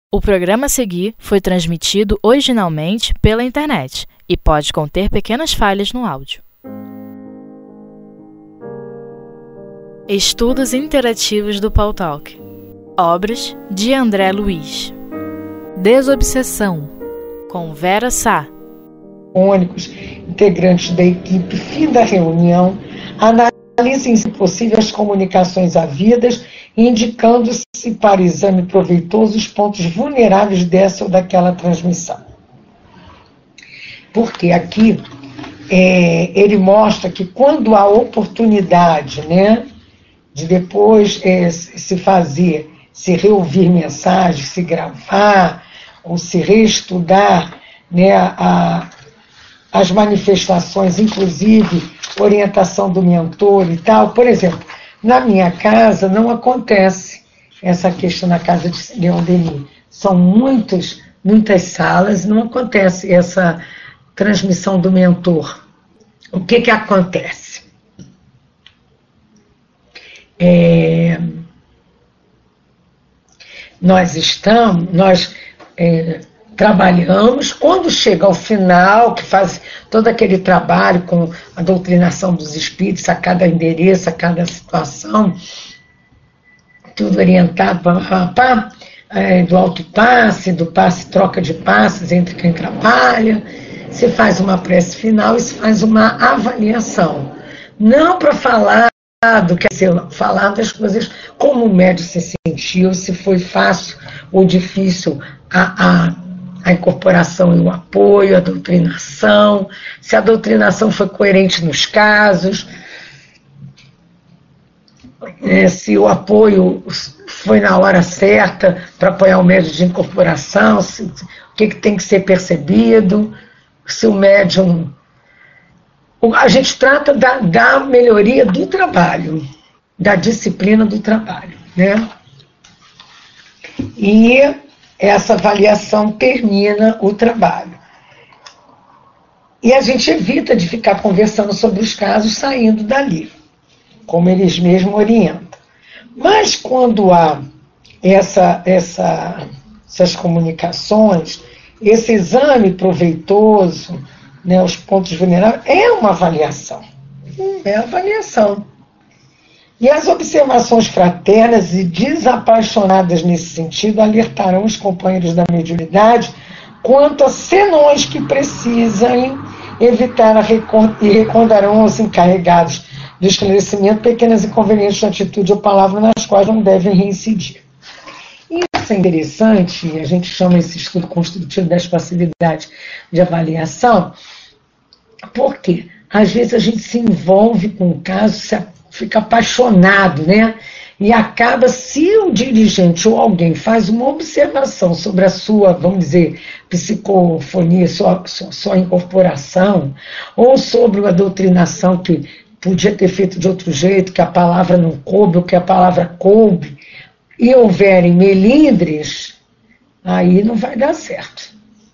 O programa a seguir foi transmitido originalmente pela internet e pode conter pequenas falhas no áudio. Estudos interativos do Paul Talk. Obras de André Luiz. Desobsessão, com Vera Sá. Únicos integrantes da equipe, fim da reunião, analisem se possível as comunicações havidas, indicando-se para exame proveitoso os pontos vulneráveis dessa ou daquela transmissão. Porque aqui ele mostra que quando há oportunidade, de depois se reouvir mensagens, se gravar, ou se reestudar, as manifestações, inclusive orientação do mentor e tal. Por exemplo, na minha casa não acontece essa questão na casa de Leon Denis. São muitas salas, não acontece essa transmissão do mentor. O que acontece? Nós trabalhamos, quando chega ao final, que faz todo aquele trabalho com a doutrinação dos espíritos, a cada endereço, a cada situação, tudo orientado do autopasse, do passe, troca de passes entre quem trabalha, se faz uma prece final e se faz uma avaliação. Não para falar falar das coisas, como o médium se sentiu, se foi fácil ou difícil a incorporação e o apoio, a doutrinação, se a doutrinação foi coerente nos casos, se o apoio foi na hora certa para apoiar o médium de incorporação, o que tem que ser percebido, se o médium... A gente trata da melhoria do trabalho, da disciplina do trabalho, E essa avaliação termina o trabalho. E a gente evita de ficar conversando sobre os casos saindo dali, como eles mesmos orientam. Mas quando há essas comunicações, esse exame proveitoso, os pontos vulneráveis, é uma avaliação. É avaliação. E as observações fraternas e desapaixonadas nesse sentido alertarão os companheiros da mediunidade quanto a senões que precisam evitar e recordarão aos encarregados do esclarecimento pequenas inconvenientes de atitude ou palavra nas quais não devem reincidir. Isso é interessante, a gente chama esse estudo construtivo das facilidades de avaliação, porque às vezes a gente se envolve com o caso, fica apaixonado, E acaba, se o dirigente ou alguém faz uma observação sobre a sua, vamos dizer, psicofonia, sua incorporação, ou sobre uma doutrinação que podia ter feito de outro jeito, que a palavra não coube, ou que a palavra coube, e houverem melindres, aí não vai dar certo.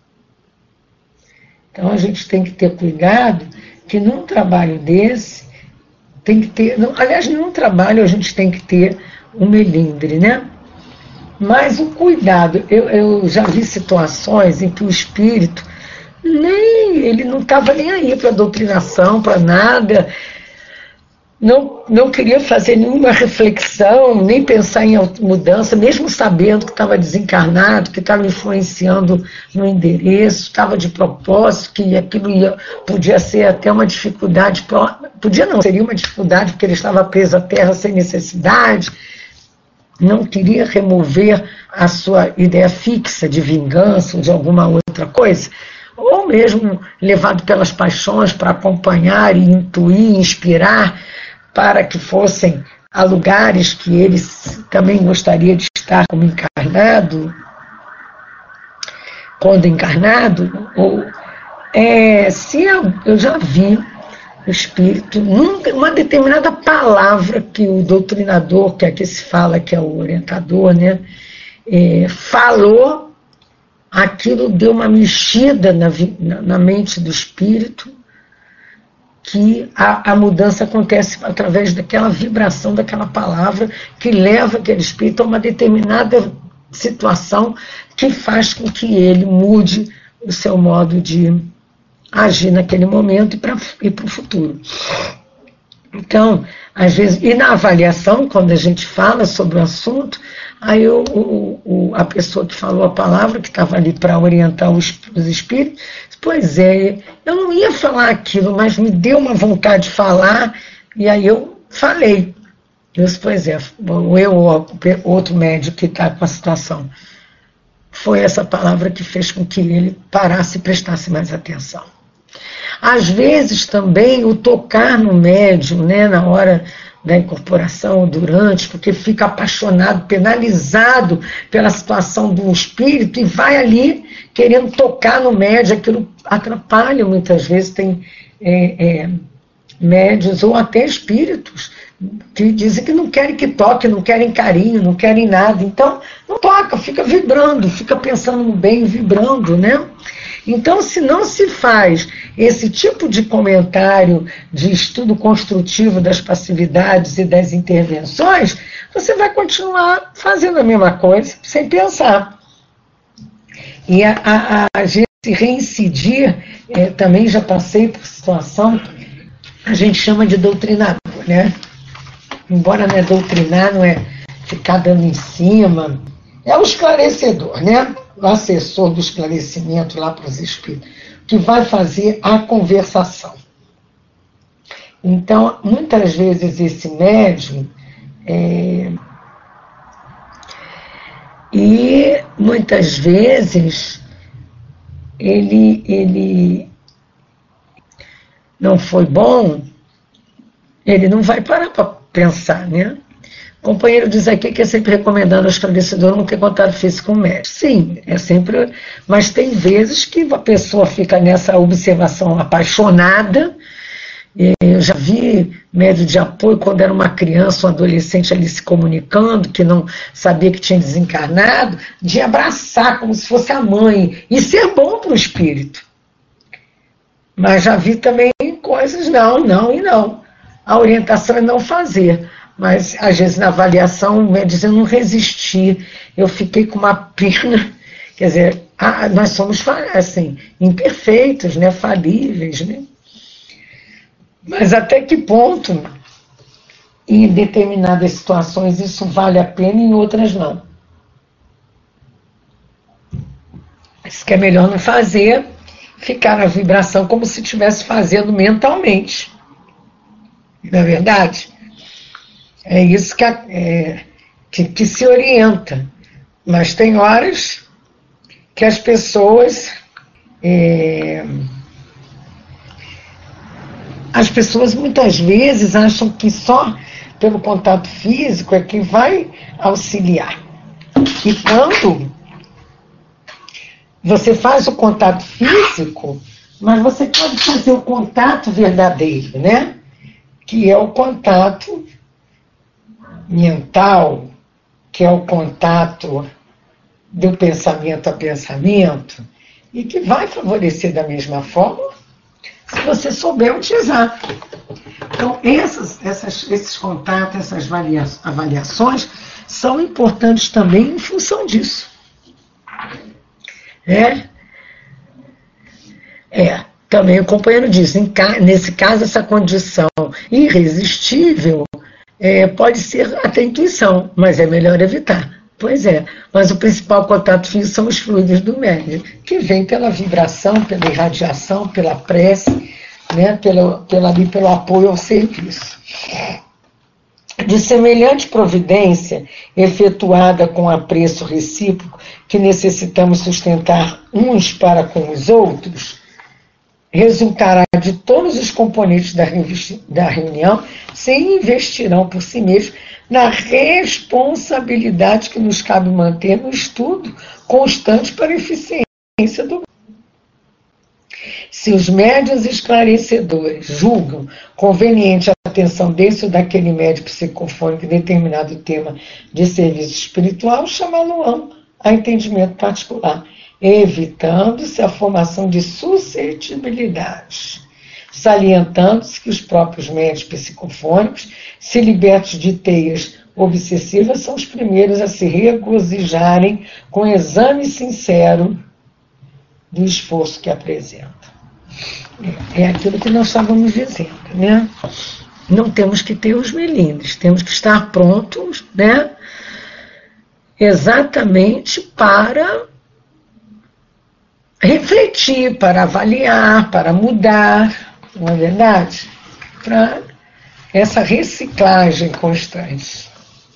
Então a gente tem que ter cuidado que num trabalho desse tem que ter, aliás, num trabalho a gente tem que ter um melindre, Mas o cuidado, eu já vi situações em que o espírito ele não estava nem aí para a doutrinação, para nada, não queria fazer nenhuma reflexão, nem pensar em mudança, mesmo sabendo que estava desencarnado, que estava influenciando no endereço, estava de propósito, que aquilo podia ser até uma dificuldade, seria uma dificuldade, porque ele estava preso à terra sem necessidade, não queria remover a sua ideia fixa de vingança ou de alguma outra coisa, ou mesmo levado pelas paixões para acompanhar e intuir, inspirar, para que fossem a lugares que ele também gostaria de estar como encarnado, quando encarnado. Eu já vi o espírito, uma determinada palavra que o doutrinador, que aqui se fala que é o orientador, falou, aquilo deu uma mexida na mente do espírito, que a mudança acontece através daquela vibração, daquela palavra, que leva aquele espírito a uma determinada situação que faz com que ele mude o seu modo de agir naquele momento e para o futuro. Então, às vezes, e na avaliação, quando a gente fala sobre o assunto, aí a pessoa que falou a palavra, que estava ali para orientar os espíritos, pois é, eu não ia falar aquilo, mas me deu uma vontade de falar, e aí eu falei. Eu disse, pois é, ou outro médico que está com a situação. Foi essa palavra que fez com que ele parasse e prestasse mais atenção. Às vezes também o tocar no médium, né, na hora da incorporação, durante, porque fica apaixonado, penalizado pela situação do espírito e vai ali querendo tocar no médium, aquilo atrapalha muitas vezes, tem médiuns ou até espíritos que dizem que não querem que toque, não querem carinho, não querem nada, então não toca, fica vibrando, fica pensando no bem, vibrando, né? Então, se não se faz esse tipo de comentário de estudo construtivo das passividades e das intervenções, você vai continuar fazendo a mesma coisa, sem pensar. E a gente reincidir, também já passei por situação, a gente chama de doutrinador, né? Embora não é doutrinar, não é ficar dando em cima, é o esclarecedor, né? O assessor do esclarecimento lá para os espíritos, que vai fazer a conversação. Então, muitas vezes esse médium, e muitas vezes ele não foi bom, ele não vai parar para pensar, né? O companheiro diz aqui que é sempre recomendando ao esclarecedor não ter contato físico com o médico. Sim, é sempre, mas tem vezes que a pessoa fica nessa observação apaixonada. Eu já vi médium de apoio quando era uma criança, um adolescente ali se comunicando, que não sabia que tinha desencarnado, de abraçar como se fosse a mãe, e ser bom para o espírito. Mas já vi também coisas, não. A orientação é não fazer. Mas, às vezes, na avaliação, o médico diz, eu não resisti, eu fiquei com uma pena. Quer dizer, nós somos, assim, imperfeitos, né, falíveis, né? Mas até que ponto, em determinadas situações, isso vale a pena e em outras não? Isso que é melhor não fazer, ficar na vibração como se estivesse fazendo mentalmente. Não é verdade? É isso que se orienta. Mas tem horas que as pessoas... As pessoas muitas vezes acham que só pelo contato físico é que vai auxiliar. E quando você faz o contato físico, mas você pode fazer o contato verdadeiro, né? Que é o contato mental, que é o contato do pensamento a pensamento, e que vai favorecer da mesma forma se você souber utilizar. Então, esses contatos, essas avaliações são importantes também em função disso. Também o companheiro diz, nesse caso, essa condição irresistível pode ser até intuição, mas é melhor evitar. Pois é, mas o principal contato físico são os fluidos do médium, que vem pela vibração, pela irradiação, pela prece, né, pelo apoio ao serviço. De semelhante providência, efetuada com apreço recíproco, que necessitamos sustentar uns para com os outros, resultará de todos os componentes da reunião se investirão por si mesmos na responsabilidade que nos cabe manter no estudo constante para a eficiência do. Se os médiuns esclarecedores julgam conveniente a atenção desse ou daquele médium psicofônico em determinado tema de serviço espiritual, chamá-lo-ão a entendimento particular, evitando-se a formação de suscetibilidades, salientando-se que os próprios médios psicofônicos, se libertos de teias obsessiva são os primeiros a se regozijarem com o exame sincero do esforço que apresentam. É aquilo que nós estávamos dizendo, né? Não temos que ter os melindres, temos que estar prontos, né? Exatamente para refletir, para avaliar, para mudar, não é verdade? Para essa reciclagem constante.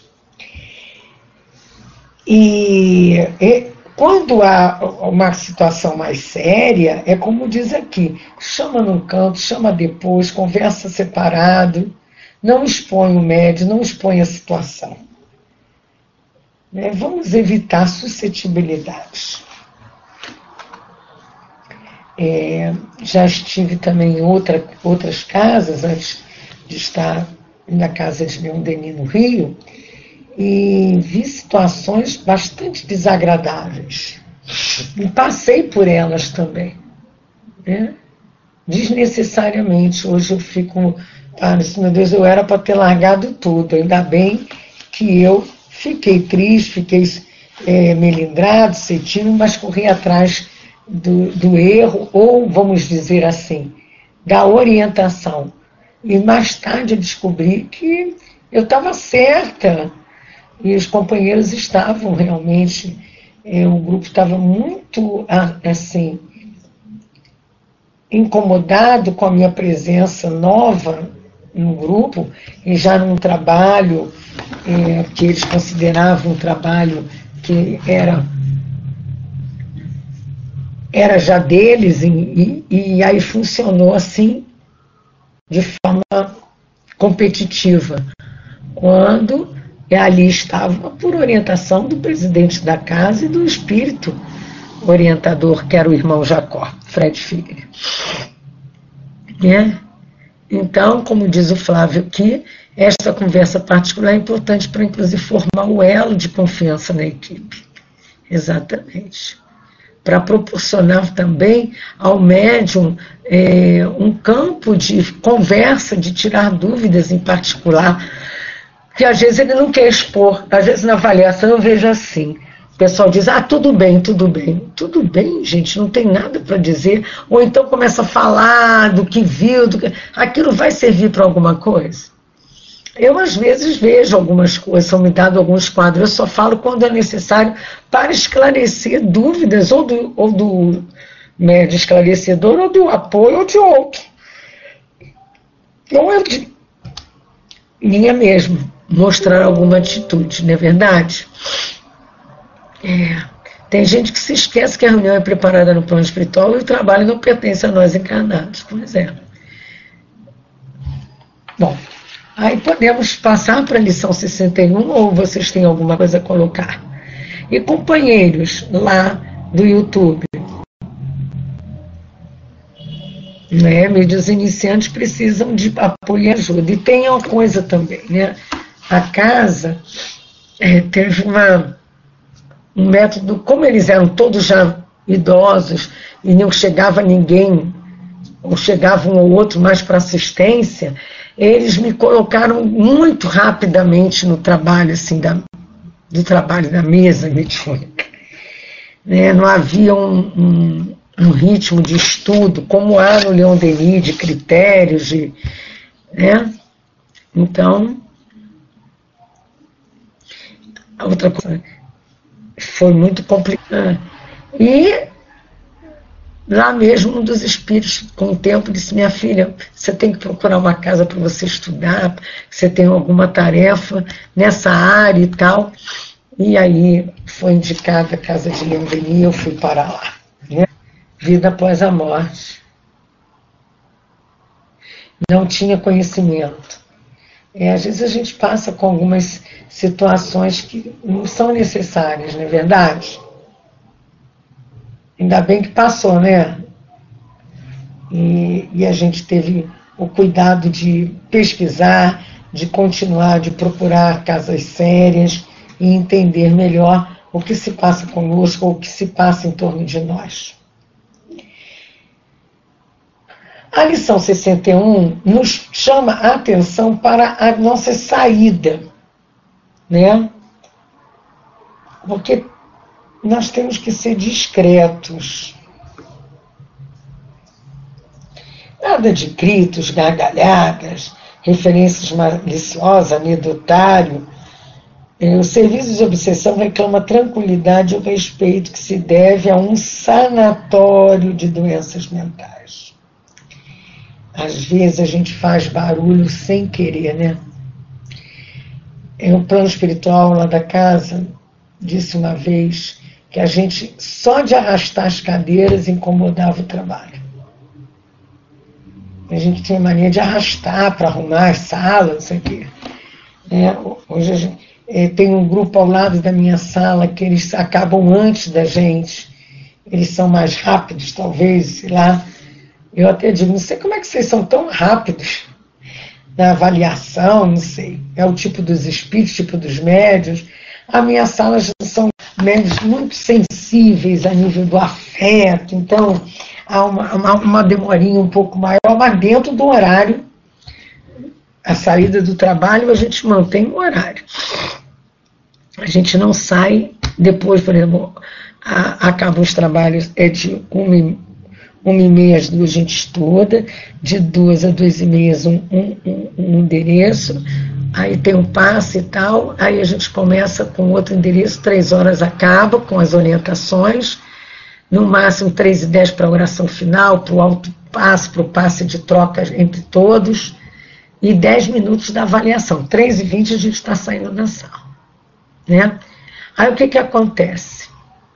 E quando há uma situação mais séria, é como diz aqui, chama num canto, chama depois, conversa separado, não expõe o médium, não expõe a situação. Vamos evitar suscetibilidades. Já estive também em outras casas, antes de estar na casa de Leon Denis no Rio, e vi situações bastante desagradáveis. E passei por elas também. Né? Desnecessariamente. Hoje eu fico, meu Deus, eu era para ter largado tudo. Ainda bem que eu fiquei triste, fiquei melindrado, cetivo, mas corri atrás do erro, ou vamos dizer assim, da orientação. E mais tarde eu descobri que eu estava certa. E os companheiros estavam realmente, o grupo estava muito, assim, incomodado com a minha presença nova no grupo, e já num trabalho que eles consideravam um trabalho que era já deles, e aí funcionou assim, de forma competitiva. Quando ali estava por orientação do presidente da casa e do espírito orientador, que era o irmão Jacó, Fred Figueiredo. Então, como diz o Flávio aqui, esta conversa particular é importante para, inclusive, formar o elo de confiança na equipe. Exatamente. Para proporcionar também ao médium um campo de conversa, de tirar dúvidas em particular, que às vezes ele não quer expor. Às vezes na avaliação eu vejo assim, o pessoal diz, tudo bem, tudo bem. Tudo bem, gente, não tem nada para dizer. Ou então começa a falar do que viu, aquilo vai servir para alguma coisa? Eu às vezes vejo algumas coisas, são me dados alguns quadros, eu só falo quando é necessário para esclarecer dúvidas, ou do médium esclarecedor, ou do apoio, ou de outro. Ou de minha mesmo, mostrar alguma atitude, não é verdade? Tem gente que se esquece que a reunião é preparada no plano espiritual e o trabalho não pertence a nós encarnados, por exemplo. Bom, aí podemos passar para a lição 61, ou vocês têm alguma coisa a colocar? E companheiros lá do YouTube, Médiuns iniciantes precisam de apoio e ajuda. E tem uma coisa também, né? A casa teve um método, como eles eram todos já idosos e não chegava ninguém, ou chegava um ou outro mais para assistência, eles me colocaram muito rapidamente no trabalho, assim, do trabalho da mesa mediúnica. Não havia um ritmo de estudo, como há no Leon Denis, de critérios, Então, a outra coisa foi muito complicada. E lá mesmo um dos espíritos, com o tempo, disse, minha filha, você tem que procurar uma casa para você estudar, você tem alguma tarefa nessa área e tal. E aí foi indicada a casa de Leon Denis e eu fui para lá. Vida após a morte. Não tinha conhecimento. Às vezes a gente passa com algumas situações que não são necessárias, não é verdade? Ainda bem que passou, né? E a gente teve o cuidado de pesquisar, de continuar, de procurar casas sérias e entender melhor o que se passa conosco ou o que se passa em torno de nós. A lição 61 nos chama a atenção para a nossa saída né? Porque nós temos que ser discretos. Nada de gritos, gargalhadas, referências maliciosas, anedotário. O serviço de obsessão reclama tranquilidade e o respeito que se deve a um sanatório de doenças mentais. Às vezes a gente faz barulho sem querer, né? O plano espiritual lá da casa disse uma vez que a gente, só de arrastar as cadeiras, incomodava o trabalho. A gente tinha mania de arrastar para arrumar as salas, não sei o quê. Hoje a gente, tem um grupo ao lado da minha sala que eles acabam antes da gente. Eles são mais rápidos, talvez, sei lá. Eu até digo, não sei como é que vocês são tão rápidos na avaliação, não sei. É o tipo dos espíritos, tipo dos médiuns. A minha sala já são médiuns muito sensíveis a nível do afeto, então há uma demorinha um pouco maior, mas dentro do horário. A saída do trabalho a gente mantém o horário. A gente não sai depois, por exemplo, acabam os trabalhos, é de 1h30 às 2 a gente estuda, de 2 a 2h30 um endereço, aí tem um passe e tal, aí a gente começa com outro endereço, 3 horas acaba com as orientações, no máximo 3h10 para a oração final, para o alto passe, para o passe de troca entre todos, e 10 minutos da avaliação. 3h20 a gente está saindo da sala, né? Aí o que acontece?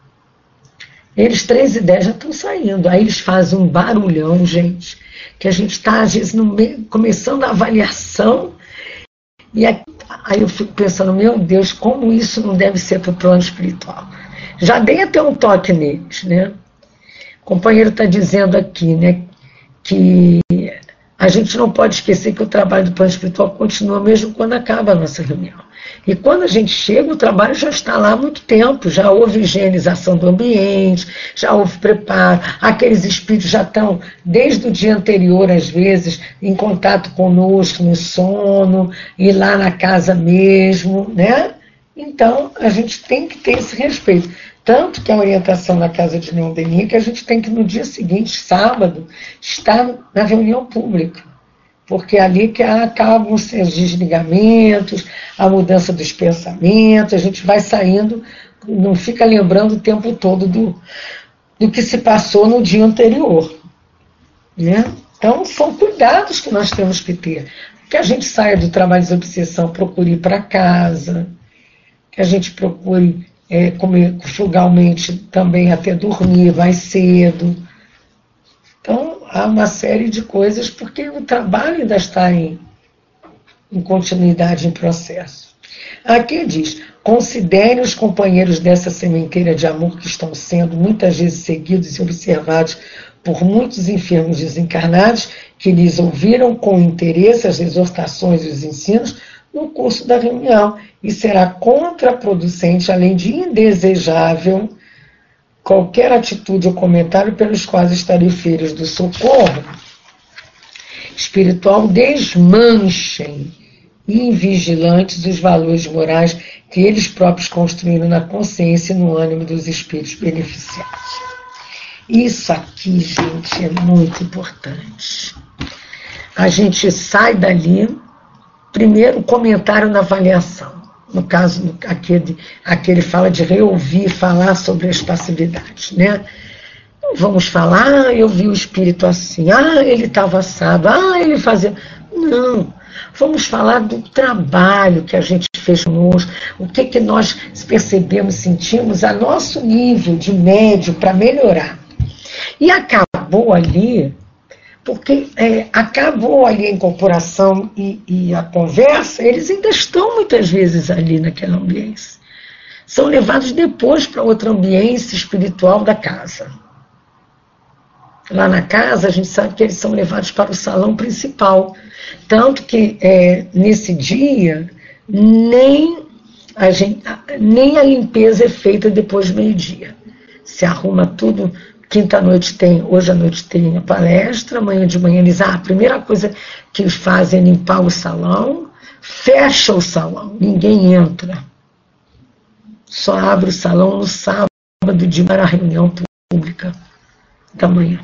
Eles 3h10 já estão saindo, aí eles fazem um barulhão, gente, que a gente está, às vezes, começando a avaliação, e aí eu fico pensando, meu Deus, como isso não deve ser para o plano espiritual. Já dei até um toque neles, né? O companheiro está dizendo aqui, né, que a gente não pode esquecer que o trabalho do plano espiritual continua mesmo quando acaba a nossa reunião. E quando a gente chega, o trabalho já está lá há muito tempo, já houve higienização do ambiente, já houve preparo, aqueles espíritos já estão, desde o dia anterior, às vezes, em contato conosco, no sono, e lá na casa mesmo, né? Então, a gente tem que ter esse respeito. Tanto que a orientação na casa de Leon Denis, que a gente tem que, no dia seguinte, sábado, estar na reunião pública. Porque é ali que acabam os desligamentos, a mudança dos pensamentos, a gente vai saindo, não fica lembrando o tempo todo do que se passou no dia anterior, né? Então, são cuidados que nós temos que ter. Que a gente saia do trabalho de obsessão, procure ir para casa, que a gente procure comer frugalmente também até dormir mais cedo. Então, há uma série de coisas, porque o trabalho ainda está em continuidade, em processo. Aqui diz, considere os companheiros dessa sementeira de amor que estão sendo muitas vezes seguidos e observados por muitos enfermos desencarnados que lhes ouviram com interesse as exortações e os ensinos no curso da reunião, e será contraproducente, além de indesejável, qualquer atitude ou comentário pelos quais os tarefeiros do socorro espiritual desmanchem invigilantes os valores morais que eles próprios construíram na consciência e no ânimo dos espíritos beneficiados. Isso aqui, gente, é muito importante. A gente sai dali, primeiro, comentário na avaliação. No caso, aquele fala de reouvir falar sobre as passividades, né? Não vamos falar, eu vi o espírito assim, ele estava assado, ele fazia... Não, vamos falar do trabalho que a gente fez conosco, o que nós percebemos, sentimos a nosso nível de médio para melhorar. E acabou ali, porque acabou ali a incorporação e a conversa, eles ainda estão muitas vezes ali naquela ambiência. São levados depois para outra ambiência espiritual da casa. Lá na casa, a gente sabe que eles são levados para o salão principal. Tanto que, nesse dia, nem a limpeza é feita depois do meio-dia. Se arruma tudo. Quinta-noite hoje à noite tem a palestra, amanhã de manhã eles, a primeira coisa que eles fazem é limpar o salão, fecha o salão, ninguém entra. Só abre o salão no sábado de para a reunião pública da manhã.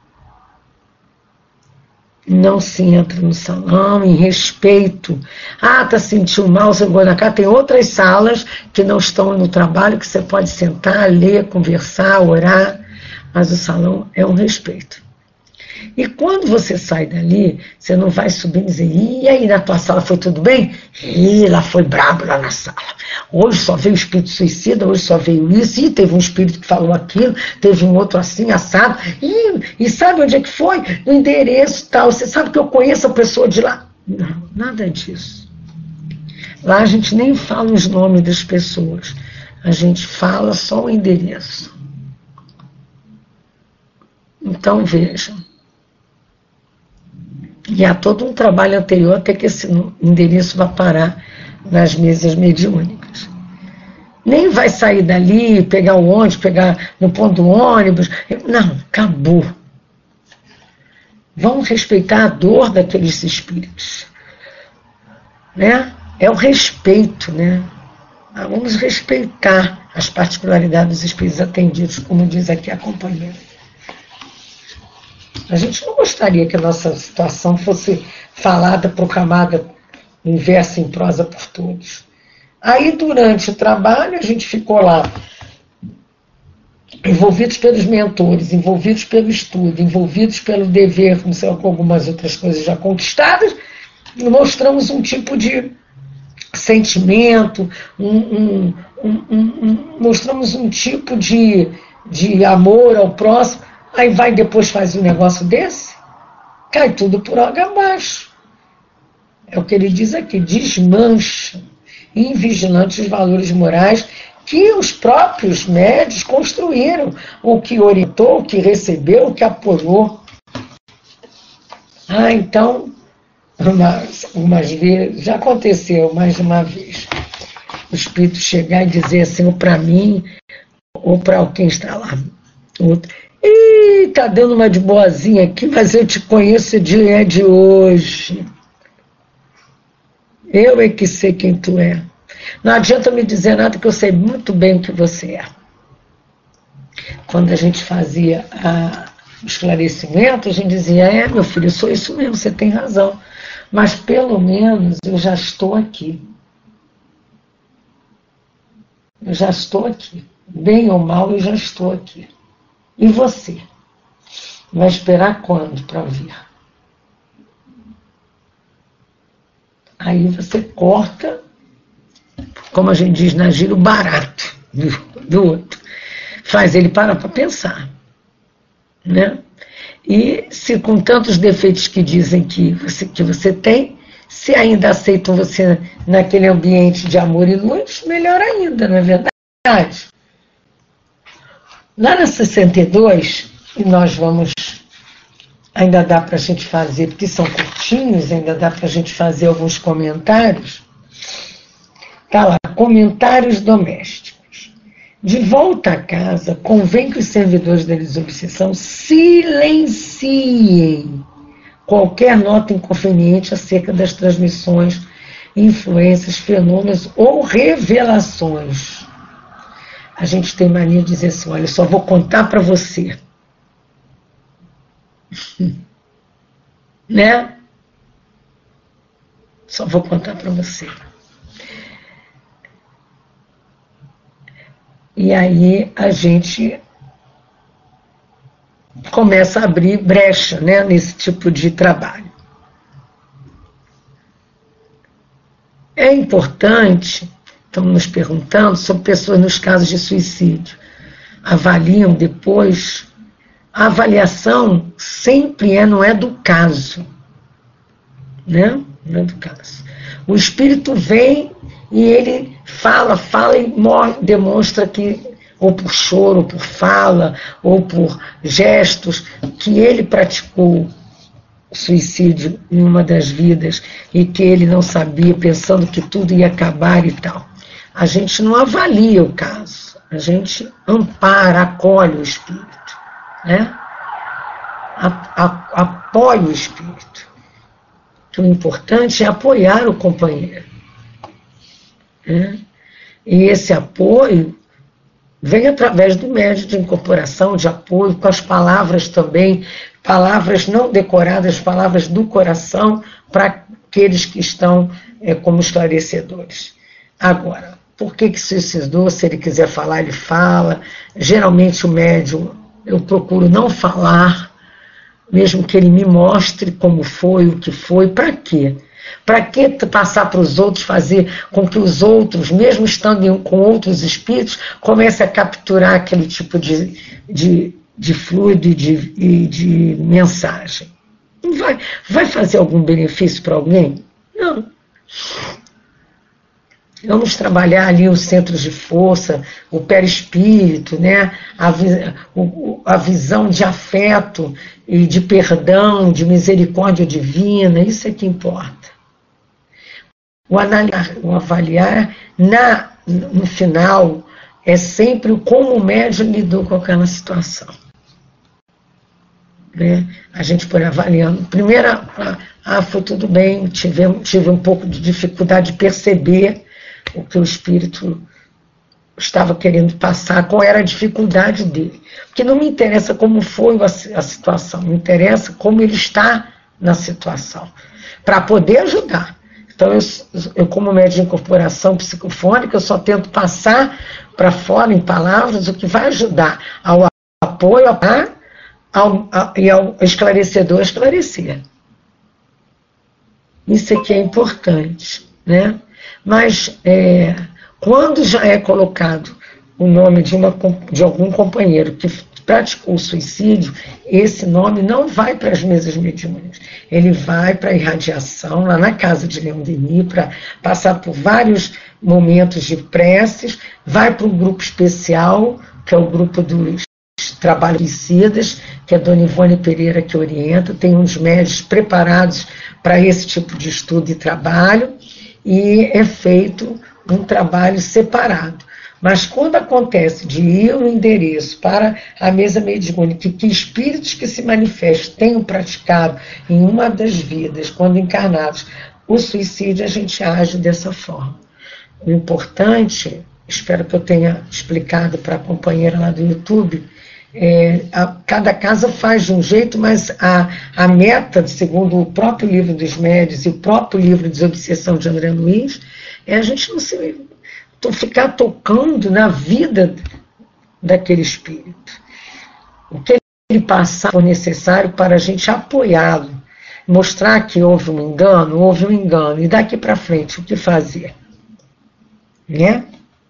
Não se entra no salão em respeito. Tá sentindo mal, você chegou na casa. Tem outras salas que não estão no trabalho, que você pode sentar, ler, conversar, orar, mas o salão é um respeito. E quando você sai dali, você não vai subir e dizer, e aí na tua sala foi tudo bem? Ih, lá foi brabo lá na sala. Hoje só veio o espírito suicida, hoje só veio isso, e teve um espírito que falou aquilo, teve um outro assim, assado. E sabe onde é que foi? No endereço tal. Você sabe que eu conheço a pessoa de lá? Não, nada disso. Lá a gente nem fala os nomes das pessoas. A gente fala só o endereço. Então vejam. E há todo um trabalho anterior até que esse endereço vá parar nas mesas mediúnicas. Nem vai sair dali, pegar o ônibus, pegar no ponto do ônibus. Não, acabou. Vamos respeitar a dor daqueles espíritos. Né? É o respeito, né? Vamos respeitar as particularidades dos espíritos atendidos, como diz aqui a companheira. A gente não gostaria que a nossa situação fosse falada, proclamada em verso, em prosa por todos. Aí, durante o trabalho, a gente ficou lá, envolvidos pelos mentores, envolvidos pelo estudo, envolvidos pelo dever, não sei, com algumas outras coisas já conquistadas, e mostramos um tipo de sentimento, mostramos um tipo de amor ao próximo. Aí vai depois fazer um negócio desse, cai tudo por água abaixo. É o que ele diz aqui, desmancha, invigilante os valores morais que os próprios médios construíram, o que orientou, o que recebeu, o que apoiou. Então, umas vezes, já aconteceu mais de uma vez, o espírito chegar e dizer assim, ou para mim, ou para quem está lá, outro, tá dando uma de boazinha aqui, mas eu te conheço de hoje. Eu é que sei quem tu é. Não adianta me dizer nada, que eu sei muito bem o que você é. Quando a gente fazia o esclarecimento, a gente dizia, meu filho, eu sou isso mesmo, você tem razão. Mas pelo menos eu já estou aqui. Eu já estou aqui. Bem ou mal, eu já estou aqui. E você? Vai esperar quando para vir? Aí você corta, como a gente diz na gíria, o barato do outro. Faz ele parar para pensar. Né? E se com tantos defeitos que dizem que você tem, se ainda aceitam você naquele ambiente de amor e luz, melhor ainda, não é verdade? Lá na 62, e nós vamos, ainda dá para a gente fazer, porque são curtinhos, ainda dá para a gente fazer alguns comentários. Está lá, comentários domésticos. De volta a casa, convém que os servidores da desobsessão silenciem qualquer nota inconveniente acerca das transmissões, influências, fenômenos ou revelações. A gente tem mania de dizer assim, olha, eu só vou contar para você. Né? Só vou contar para você. E aí a gente começa a abrir brecha, né, nesse tipo de trabalho. É importante, estamos nos perguntando sobre pessoas nos casos de suicídio. Avaliam depois. A avaliação sempre não é do caso. Né? Não é do caso. O espírito vem e ele fala e demonstra que, ou por choro, ou por fala, ou por gestos, que ele praticou o suicídio em uma das vidas e que ele não sabia, pensando que tudo ia acabar e tal. A gente não avalia o caso, a gente ampara, acolhe o espírito, né? Apoia o espírito. que o importante é apoiar o companheiro. Né? E esse apoio vem através do médium de incorporação, de apoio, com as palavras também, palavras não decoradas, palavras do coração, para aqueles que estão como esclarecedores. Agora, por que suicidou? Se ele quiser falar, ele fala. Geralmente o médium, eu procuro não falar, mesmo que ele me mostre como foi, o que foi. Para quê? Para que passar para os outros, fazer com que os outros, mesmo estando com outros espíritos, comecem a capturar aquele tipo de fluido e de mensagem? Não vai fazer algum benefício para alguém? Não. Vamos trabalhar ali os centros de força, o perispírito, né? A visão de afeto e de perdão, de misericórdia divina, isso é que importa. O avaliar no final é sempre como o médium lidou com aquela situação. Né? A gente por avaliando. Primeiro, foi tudo bem, tive um pouco de dificuldade de perceber o que o espírito estava querendo passar, qual era a dificuldade dele. Porque não me interessa como foi a situação, me interessa como ele está na situação, para poder ajudar. Então, eu como médium de incorporação psicofônica, eu só tento passar para fora, em palavras, o que vai ajudar ao apoio e ao esclarecedor esclarecer. Isso aqui é importante, né? Mas, quando já é colocado o nome de algum companheiro que praticou o suicídio, esse nome não vai para as mesas mediúnicas. Ele vai para a irradiação, lá na casa de Leon Denis, para passar por vários momentos de preces, vai para um grupo especial, que é o grupo dos trabalhos suicidas, que é a Dona Ivone Pereira que orienta, tem uns médicos preparados para esse tipo de estudo e trabalho, e é feito um trabalho separado. Mas quando acontece de ir no endereço para a mesa mediúnica, que espíritos que se manifestam tenham praticado em uma das vidas, quando encarnados, o suicídio, a gente age dessa forma. O importante, espero que eu tenha explicado para a companheira lá do YouTube, cada casa faz de um jeito, mas a meta, segundo o próprio livro dos médiuns e o próprio livro Desobsessão de André Luiz, é a gente não ficar tocando na vida daquele espírito. O que ele passar for necessário para a gente apoiá-lo, mostrar que houve um engano, e daqui para frente o que fazer. Né?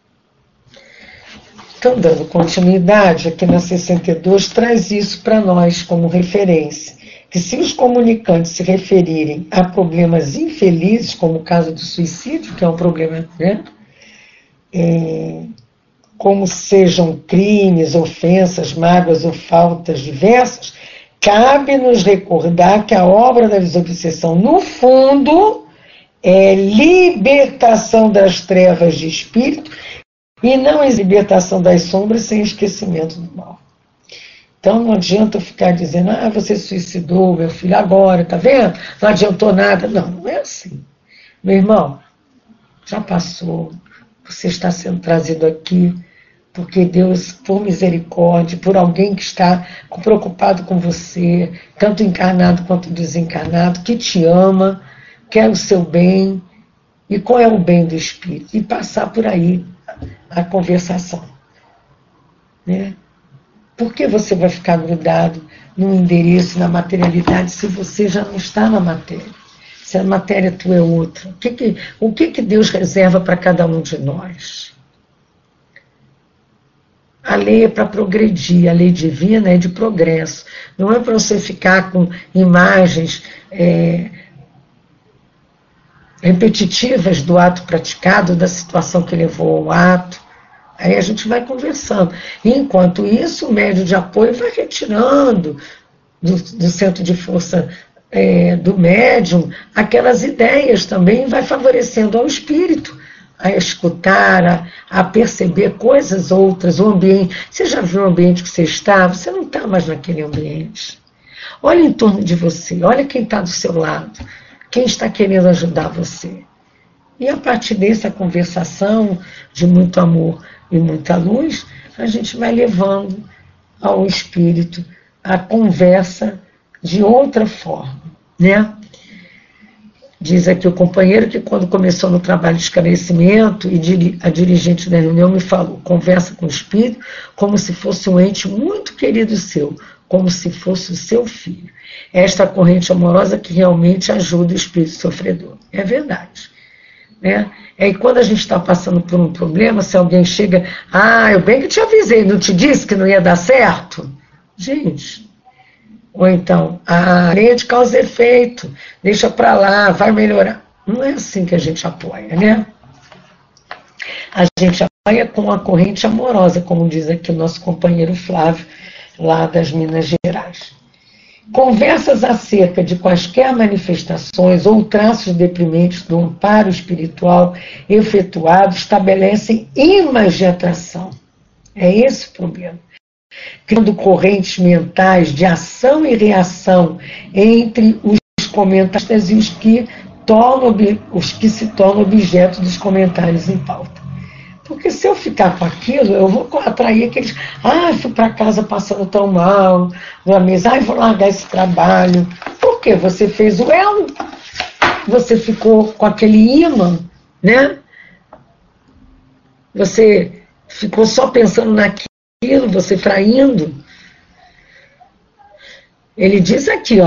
Então, dando continuidade, aqui na 62 traz isso para nós como referência, que se os comunicantes se referirem a problemas infelizes, como o caso do suicídio, que é um problema, né? Como sejam crimes, ofensas, mágoas ou faltas diversas, cabe-nos recordar que a obra da desobsessão, no fundo, é libertação das trevas de espírito e não é libertação das sombras sem esquecimento do mal. Então não adianta eu ficar dizendo, você suicidou, meu filho, agora, tá vendo? Não adiantou nada. Não, não é assim. Meu irmão, já passou. Você está sendo trazido aqui porque Deus, por misericórdia, por alguém que está preocupado com você, tanto encarnado quanto desencarnado, que te ama, quer o seu bem, e qual é o bem do espírito? E passar por aí a conversação. Né? Por que você vai ficar grudado no endereço, na materialidade, se você já não está na matéria? Se a matéria tua é outra. O que Deus reserva para cada um de nós? A lei é para progredir, a lei divina é de progresso. Não é para você ficar com imagens repetitivas do ato praticado, da situação que levou ao ato. Aí a gente vai conversando. E, enquanto isso, o médium de apoio vai retirando do centro de força do médium aquelas ideias também, vai favorecendo ao espírito a escutar, a perceber coisas outras, o ambiente. Você já viu o ambiente que você está? Você não está mais naquele ambiente. Olha em torno de você, olha quem está do seu lado. Quem está querendo ajudar você? E a partir dessa conversação de muito amor e muita luz, a gente vai levando ao espírito a conversa de outra forma, né? Diz aqui o companheiro que quando começou no trabalho de esclarecimento e a dirigente da reunião me falou, conversa com o espírito como se fosse um ente muito querido seu, como se fosse o seu filho. Esta corrente amorosa que realmente ajuda o espírito sofredor. É verdade. Né? E quando a gente está passando por um problema, se alguém chega, eu bem que te avisei, não te disse que não ia dar certo? Gente, ou então, lei de causa e efeito, deixa para lá, vai melhorar. Não é assim que a gente apoia, né? A gente apoia com a corrente amorosa, como diz aqui o nosso companheiro Flávio, lá das Minas Gerais. Conversas acerca de quaisquer manifestações ou traços deprimentes do amparo espiritual efetuado estabelecem ímãs de atração. É esse o problema. Criando correntes mentais de ação e reação entre os comentaristas e os que se tornam objeto dos comentários em pauta. Porque se eu ficar com aquilo, eu vou atrair aqueles, fui para casa passando tão mal, na mesa, vou largar esse trabalho. Por quê? Você fez o elo, você ficou com aquele imã, né? Você ficou só pensando naquilo, você traindo. Ele diz aqui,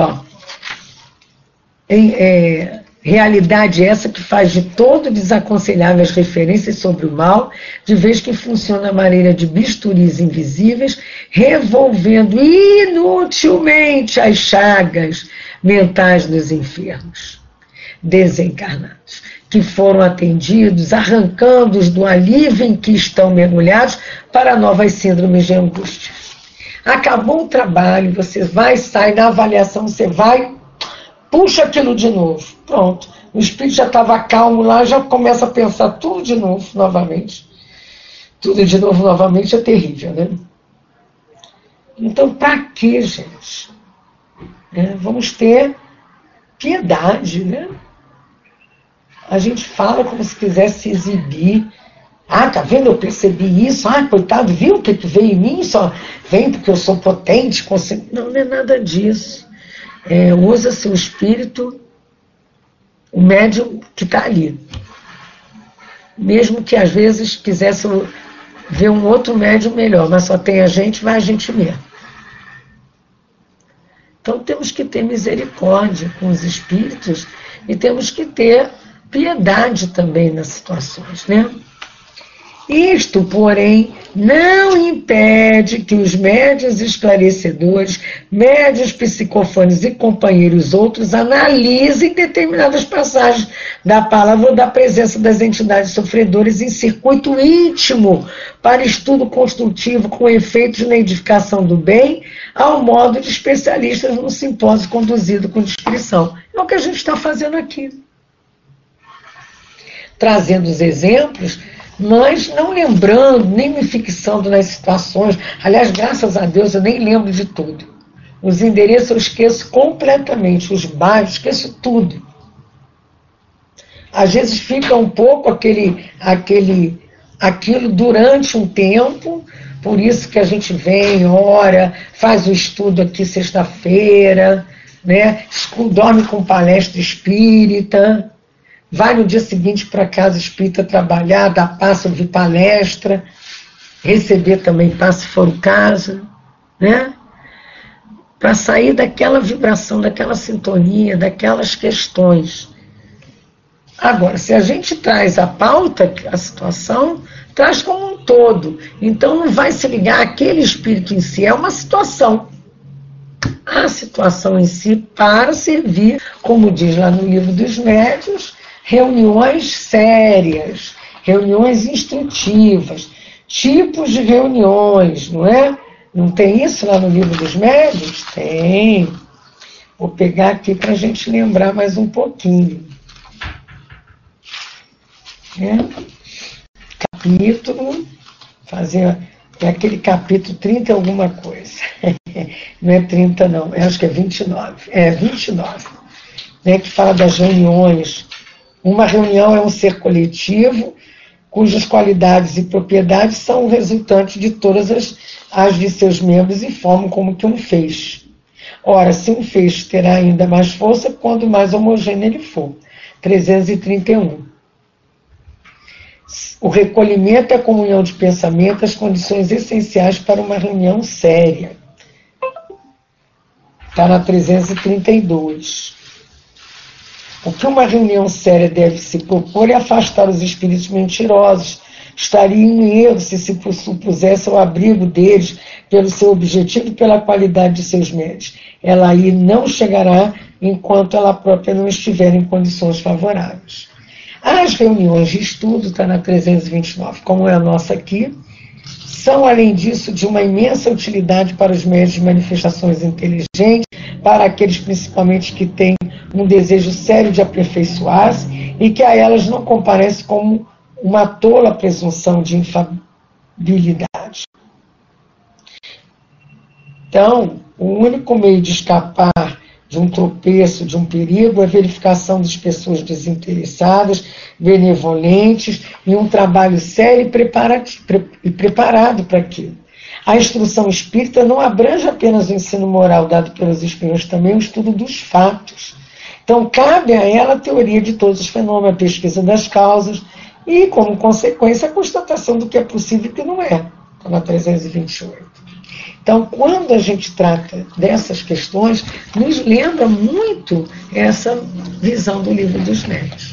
realidade essa que faz de todo desaconselhável as referências sobre o mal, de vez que funciona a maneira de bisturis invisíveis, revolvendo inutilmente as chagas mentais dos enfermos desencarnados, que foram atendidos, arrancando-os do alívio em que estão mergulhados para novas síndromes de angústia. Acabou o trabalho, você sai na avaliação, você vai, puxa aquilo de novo. Pronto. O espírito já estava calmo lá, já começa a pensar tudo de novo, novamente. Tudo de novo, novamente, é terrível, né? Então, para quê, gente? Vamos ter piedade, né? A gente fala como se quisesse se exibir. Tá vendo? Eu percebi isso. Coitado, viu o que veio em mim? Só vem porque eu sou potente. Não é nada disso. Usa-se o espírito, o médium que está ali. Mesmo que às vezes quisesse ver um outro médium melhor, mas só tem a gente, vai a gente mesmo. Então temos que ter misericórdia com os espíritos e temos que ter piedade também nas situações, né? Isto, porém, não impede que os médiuns esclarecedores, médiuns psicofônicos e companheiros outros analisem determinadas passagens da palavra ou da presença das entidades sofredoras em circuito íntimo para estudo construtivo com efeitos na edificação do bem, ao modo de especialistas no simpósio conduzido com descrição. É o que a gente está fazendo aqui. Trazendo os exemplos, mas não lembrando, nem me fixando nas situações. Aliás, graças a Deus, eu nem lembro de tudo. Os endereços eu esqueço completamente, os bairros, esqueço tudo. Às vezes fica um pouco aquilo durante um tempo, por isso que a gente vem, ora, faz o estudo aqui sexta-feira, né? Dorme com palestra espírita, vai no dia seguinte para a casa espírita trabalhar, dar passo, ouvir palestra, receber também passo, se for o caso, né? Para sair daquela vibração, daquela sintonia, daquelas questões. Agora, se a gente traz a pauta, a situação, traz como um todo. Então não vai se ligar àquele espírito em si, é uma situação. A situação em si para servir, como diz lá no Livro dos Médiuns, reuniões sérias, reuniões instrutivas, tipos de reuniões, não é? Não tem isso lá no Livro dos Médiuns? Tem. Vou pegar aqui para a gente lembrar mais um pouquinho. Capítulo, é aquele capítulo 30 alguma coisa. Não é 30 não, acho que é 29. 29. né, que fala das reuniões. Uma reunião é um ser coletivo, cujas qualidades e propriedades são resultantes de todas as de seus membros e formam como que um feixe. Ora, se um feixe terá ainda mais força, quanto mais homogêneo ele for. 331. O recolhimento e a comunhão de pensamento, as condições essenciais para uma reunião séria. Está na 332. O que uma reunião séria deve se propor é afastar os espíritos mentirosos. Estaria em erro se supusesse o abrigo deles pelo seu objetivo e pela qualidade de seus médios. Ela aí não chegará enquanto ela própria não estiver em condições favoráveis. As reuniões de estudo, está na 329, como é a nossa aqui, são, além disso, de uma imensa utilidade para os médios de manifestações inteligentes, para aqueles principalmente que têm um desejo sério de aperfeiçoar-se e que a elas não comparece como uma tola presunção de infalibilidade. Então, o único meio de escapar de um tropeço, de um perigo, é a verificação das pessoas desinteressadas, benevolentes, e um trabalho sério e preparado para aquilo. A instrução espírita não abrange apenas o ensino moral dado pelos espíritos, também o estudo dos fatos. Então, cabe a ela a teoria de todos os fenômenos, a pesquisa das causas e, como consequência, a constatação do que é possível e que não é. Está na 328. Então, quando a gente trata dessas questões, nos lembra muito essa visão do Livro dos Médiuns.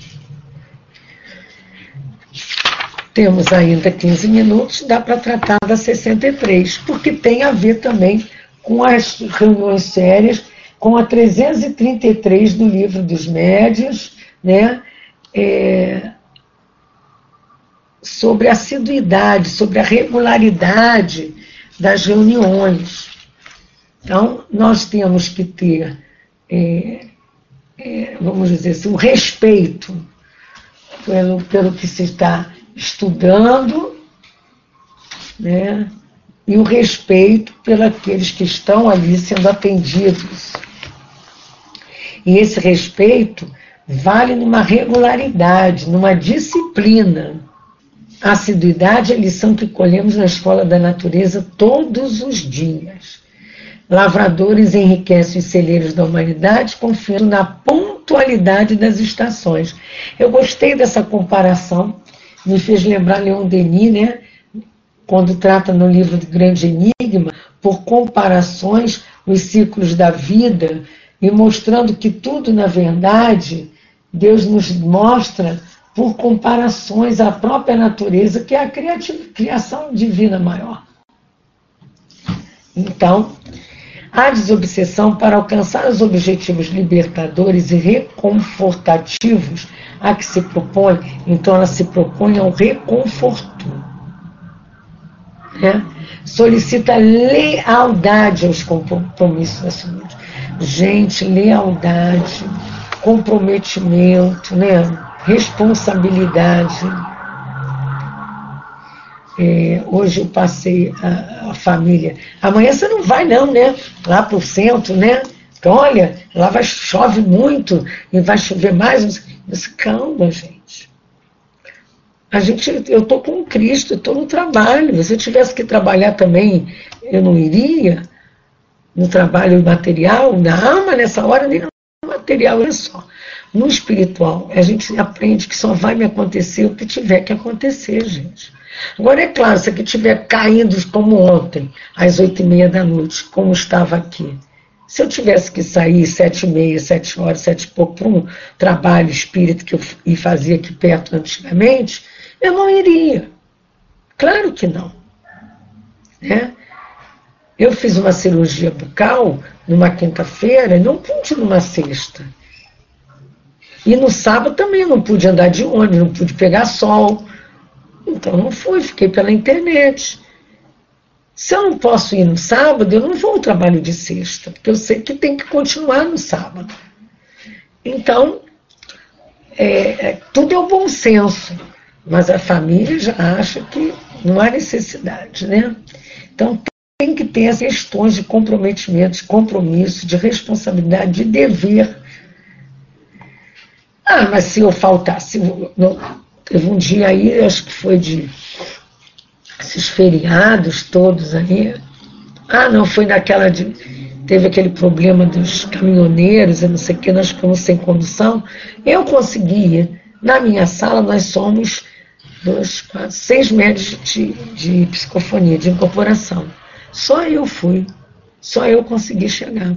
Temos ainda 15 minutos, dá para tratar da 63, porque tem a ver também com as reuniões sérias, com a 333 do Livro dos Médiuns, né? Sobre a assiduidade, sobre a regularidade das reuniões. Então, nós temos que ter, vamos dizer assim, o respeito pelo que se está estudando, né, e o respeito pelos que estão ali sendo atendidos. E esse respeito vale numa regularidade, numa disciplina. A assiduidade é a lição que colhemos na escola da natureza todos os dias. Lavradores enriquecem os celeiros da humanidade confiando na pontualidade das estações. Eu gostei dessa comparação, me fez lembrar Leon Denis, né? Quando trata no livro do Grande Enigma, por comparações, os ciclos da vida, e mostrando que tudo, na verdade, Deus nos mostra por comparações à própria natureza, que é a criação divina maior. Então, a desobsessão para alcançar os objetivos libertadores e reconfortativos a que se propõe, então ela se propõe ao reconforto. Né? Solicita lealdade aos compromissos assumidos. Gente, lealdade, comprometimento, né? Responsabilidade. Hoje eu passei a família. Amanhã você não vai não, né? Lá para o centro, né? Então, olha, lá chove muito e vai chover mais. Mas calma, gente. Eu estou com Cristo, estou no trabalho. Se eu tivesse que trabalhar também, eu não iria no trabalho material, na alma nessa hora, nem no material, olha só. No espiritual, a gente aprende que só vai me acontecer o que tiver que acontecer, gente. Agora, é claro, se aqui estiver caindo como ontem, às 8h30 da noite, como estava aqui, se eu tivesse que sair 7h30, 7 horas, 7 e pouco, para um trabalho espírita que eu fazia aqui perto antigamente, eu não iria. Claro que não. Né? Eu fiz uma cirurgia bucal numa quinta-feira e não pude numa sexta. E no sábado também não pude andar de ônibus, não pude pegar sol. Então não fui, fiquei pela internet. Se eu não posso ir no sábado, eu não vou ao trabalho de sexta, porque eu sei que tem que continuar no sábado. Então, tudo é o bom senso, mas a família já acha que não há necessidade, né? Então tem que ter as questões de comprometimento, de compromisso, de responsabilidade, de dever, Mas se eu faltasse, teve um dia aí, acho que foi de esses feriados todos aí. Não, foi naquela teve aquele problema dos caminhoneiros, eu não sei o que, nós ficamos sem condução. Eu conseguia, na minha sala nós somos 2, 4, 6 médios de psicofonia, de incorporação. Só eu consegui chegar.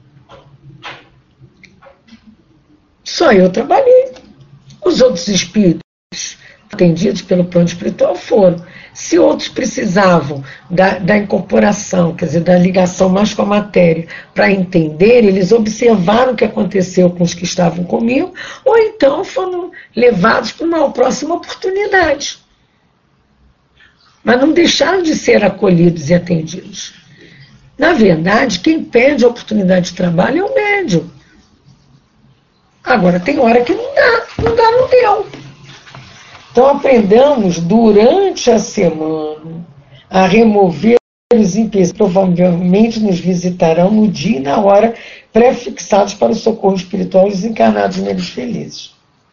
Só eu trabalhei. Os outros espíritos atendidos pelo plano espiritual foram. Se outros precisavam da incorporação, quer dizer, da ligação mais com a matéria, para entender, eles observaram o que aconteceu com os que estavam comigo, ou então foram levados para uma próxima oportunidade. Mas não deixaram de ser acolhidos e atendidos. Na verdade, quem perde a oportunidade de trabalho é o médium. Agora, tem hora que não deu. Então, aprendamos durante a semana a remover os empecilhos que provavelmente nos visitarão no dia e na hora pré-fixados para o socorro espiritual dos encarnados menos felizes.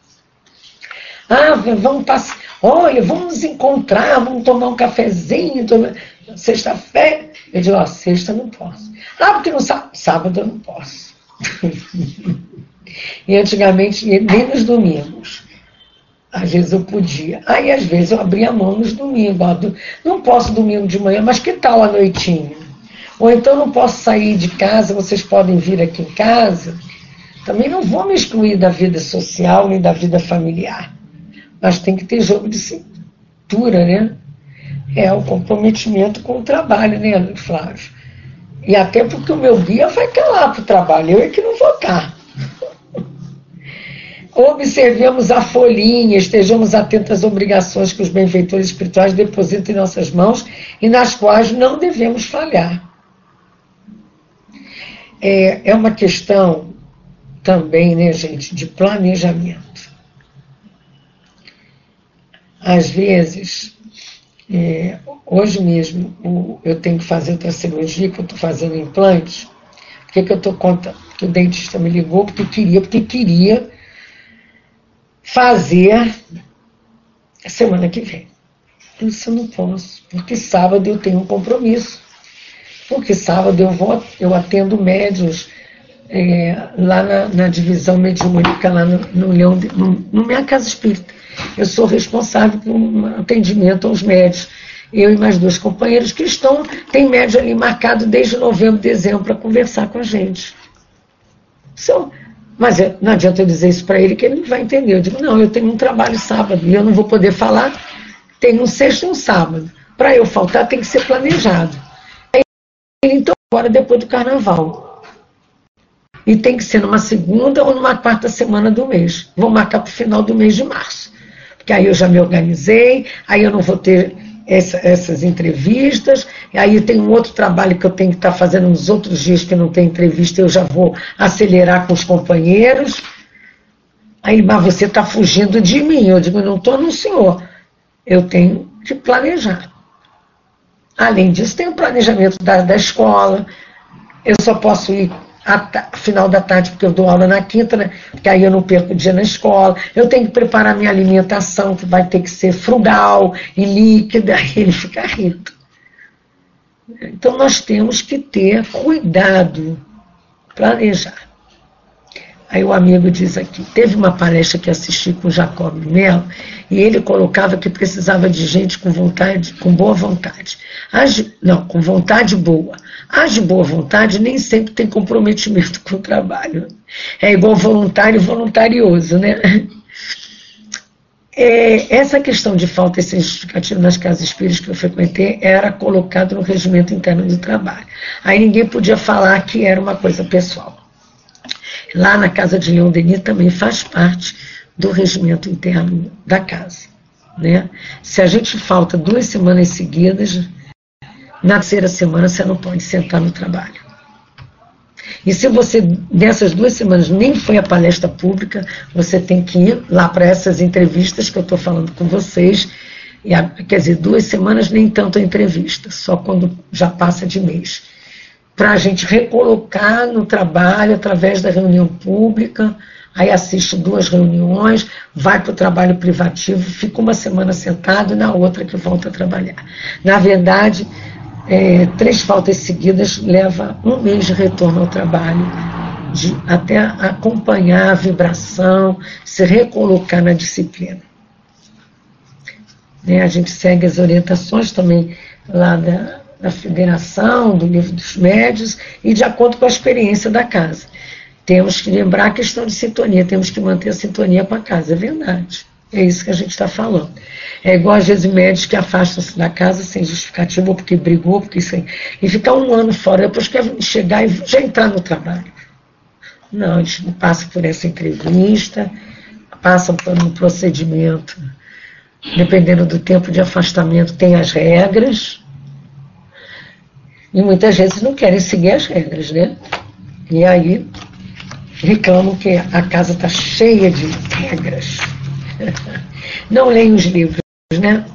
Vamos passar. Olha, vamos nos encontrar, vamos tomar um cafezinho, sexta-feira. Eu digo, sexta não posso. Porque no sábado eu não posso. E antigamente, nem nos domingos. Às vezes eu podia. Aí, às vezes, eu abria a mão nos domingos. Não posso domingo de manhã, mas que tal a noitinha? Ou então não posso sair de casa, vocês podem vir aqui em casa. Também não vou me excluir da vida social nem da vida familiar. Mas tem que ter jogo de cintura, né? O comprometimento com o trabalho, né, Flávio? E até porque o meu guia vai estar lá para o trabalho, eu é que não vou estar. Observemos a folhinha, estejamos atentos às obrigações que os benfeitores espirituais depositam em nossas mãos e nas quais não devemos falhar. É uma questão também, né, gente, de planejamento. Às vezes, hoje mesmo, eu tenho que fazer outra cirurgia, que eu estou fazendo implante. Por que eu estou contando? Porque o dentista me ligou porque queria fazer semana que vem. Eu disse, eu não posso, porque sábado eu tenho um compromisso. Porque sábado eu atendo médiuns lá na divisão mediúnica, lá no Leão, no minha casa espírita. Eu sou responsável por um atendimento aos médios. Eu e mais 2 companheiros que tem médio ali marcado desde novembro, dezembro, para conversar com a gente. Mas não adianta eu dizer isso para ele, que ele não vai entender. Eu digo, não, eu tenho um trabalho sábado e eu não vou poder falar. Tem um sexta e um sábado. Para eu faltar, tem que ser planejado. Então, agora depois do carnaval. E tem que ser numa segunda ou numa quarta semana do mês. Vou marcar para o final do mês de março. Porque aí eu já me organizei, aí eu não vou ter essas entrevistas, e aí tem um outro trabalho que eu tenho que estar fazendo nos outros dias que não tem entrevista, eu já vou acelerar com os companheiros. Aí, mas você está fugindo de mim. Eu digo, não estou no senhor. Eu tenho que planejar. Além disso, tem o planejamento da escola. Eu só posso ir final da tarde, porque eu dou aula na quinta, né? Porque aí eu não perco o dia na escola. Eu tenho que preparar minha alimentação, que vai ter que ser frugal e líquida, aí ele fica rindo. Então nós temos que ter cuidado, planejar. Aí o amigo diz aqui, teve uma palestra que assisti com o Jacob Melo, e ele colocava que precisava de gente com vontade, com boa vontade. Com vontade boa. As de boa vontade nem sempre tem comprometimento com o trabalho. É igual voluntário e voluntarioso, né? Essa questão de falta de justificativa nas casas espíritas que eu frequentei era colocado no regimento interno do trabalho. Aí ninguém podia falar que era uma coisa pessoal. Lá na casa de Leon Denis também faz parte do regimento interno da casa, né? Se a gente falta 2 semanas seguidas, na terceira semana você não pode sentar no trabalho. E se você, nessas 2 semanas, nem foi à palestra pública, você tem que ir lá para essas entrevistas que eu estou falando com vocês. Quer dizer, 2 semanas nem tanto a entrevista, só quando já passa de mês. Para a gente recolocar no trabalho, através da reunião pública, aí assiste 2 reuniões, vai para o trabalho privativo, fica uma semana sentado e na outra que volta a trabalhar. Na verdade, 3 faltas seguidas leva 1 mês de retorno ao trabalho, até acompanhar a vibração, se recolocar na disciplina. A gente segue as orientações também lá da Federação, do Livro dos Médiuns, e de acordo com a experiência da casa. Temos que lembrar a questão de sintonia, temos que manter a sintonia com a casa, é verdade. É isso que a gente está falando. É igual às vezes médicos que afastam-se da casa sem justificativa, ou porque brigou, porque isso aí, e ficar 1 ano fora, depois quer chegar e já entrar no trabalho. Não, eles passam por essa entrevista, passam por um procedimento, dependendo do tempo de afastamento, tem as regras, e muitas vezes não querem seguir as regras, né? E aí reclamam que a casa está cheia de regras. Não leem os livros, né?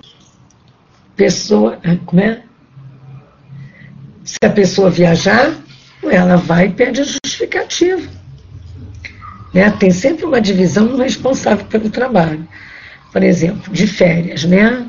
Como é? Se a pessoa viajar, ela vai e pede a justificativa. Né? Tem sempre uma divisão no responsável pelo trabalho. Por exemplo, de férias, né?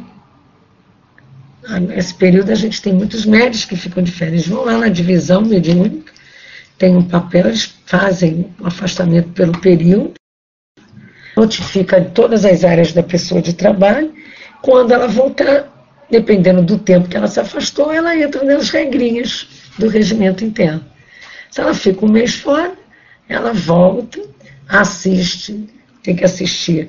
Nesse período a gente tem muitos médicos que ficam de férias, vão lá na divisão mediúnica, tem um papel, eles fazem um afastamento pelo período, notifica todas as áreas da pessoa de trabalho, quando ela voltar, dependendo do tempo que ela se afastou, ela entra nas regrinhas do regimento interno. Se ela fica 1 mês fora, ela volta, assiste, tem que assistir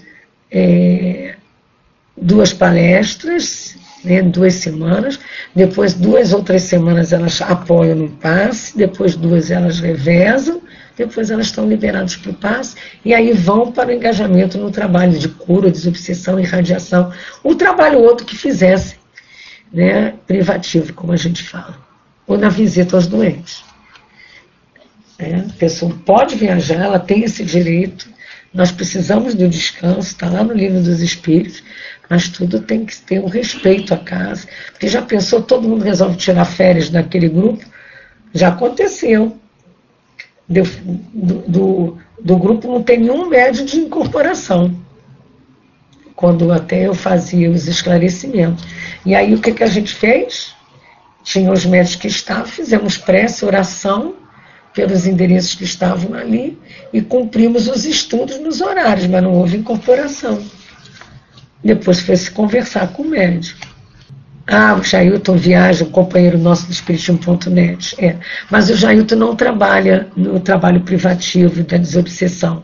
2 palestras, né, 2 semanas, depois 2 ou 3 semanas elas apoiam no passe, depois 2 elas revezam, depois elas estão liberadas para o passe, e aí vão para o engajamento no trabalho de cura, desobsessão, irradiação, o trabalho outro que fizessem, né, privativo, como a gente fala, ou na visita aos doentes. A pessoa pode viajar, ela tem esse direito, nós precisamos do descanso, está lá no Livro dos Espíritos, mas tudo tem que ter um respeito à casa, porque já pensou, todo mundo resolve tirar férias daquele grupo, já aconteceu. Do grupo não tem nenhum médium de incorporação, quando até eu fazia os esclarecimentos. E aí o que a gente fez? Tinha os médios que estavam, fizemos prece, oração, pelos endereços que estavam ali, e cumprimos os estudos nos horários, mas não houve incorporação. Depois foi se conversar com o médico. O Jailton viaja, o companheiro nosso do Espiritismo.net. Mas o Jailton não trabalha no trabalho privativo da desobsessão.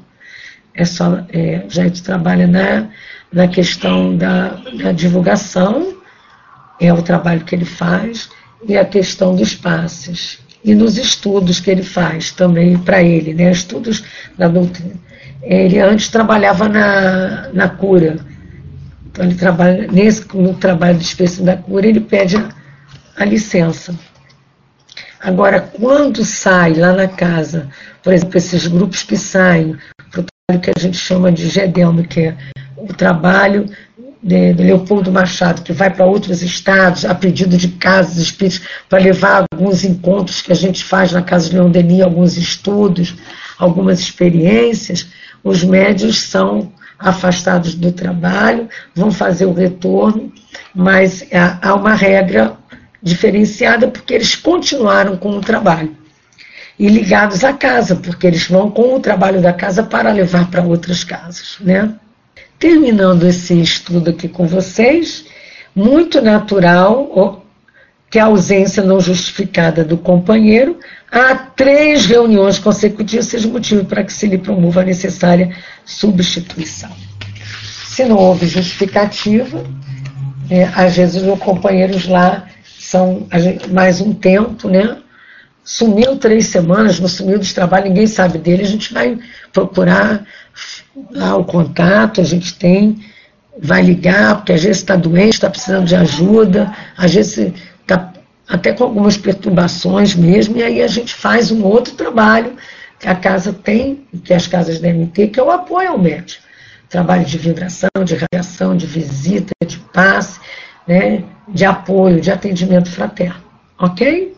O Jailton trabalha na questão da divulgação, é o trabalho que ele faz, e a questão dos passes. E nos estudos que ele faz também para ele, né? Estudos da doutrina. Ele antes trabalhava na cura. Então ele trabalha, no trabalho de inspeção da cura, ele pede a licença. Agora, quando sai lá na casa, por exemplo, esses grupos que saem para o trabalho que a gente chama de GEDELM, que é o trabalho de Leopoldo Machado, que vai para outros estados, a pedido de casas espíritas, para levar alguns encontros que a gente faz na Casa de Leão Denis, alguns estudos, algumas experiências, os médios são afastados do trabalho, vão fazer o retorno, mas há uma regra diferenciada, porque eles continuaram com o trabalho. E ligados à casa, porque eles vão com o trabalho da casa para levar para outras casas, né? Terminando esse estudo aqui com vocês, muito natural que a ausência não justificada do companheiro há 3 reuniões consecutivas seja motivo para que se lhe promova a necessária substituição. Se não houve justificativa, às vezes os companheiros lá são mais um tempo, né? Sumiu 3 semanas, não sumiu dos trabalhos, ninguém sabe dele, a gente vai procurar lá o contato, a gente vai ligar, porque às vezes está doente, está precisando de ajuda, às vezes está até com algumas perturbações mesmo, e aí a gente faz um outro trabalho que a casa tem, que as casas devem ter, que é o apoio ao médico. Trabalho de vibração, de radiação, de visita, de passe, né, de apoio, de atendimento fraterno. Ok?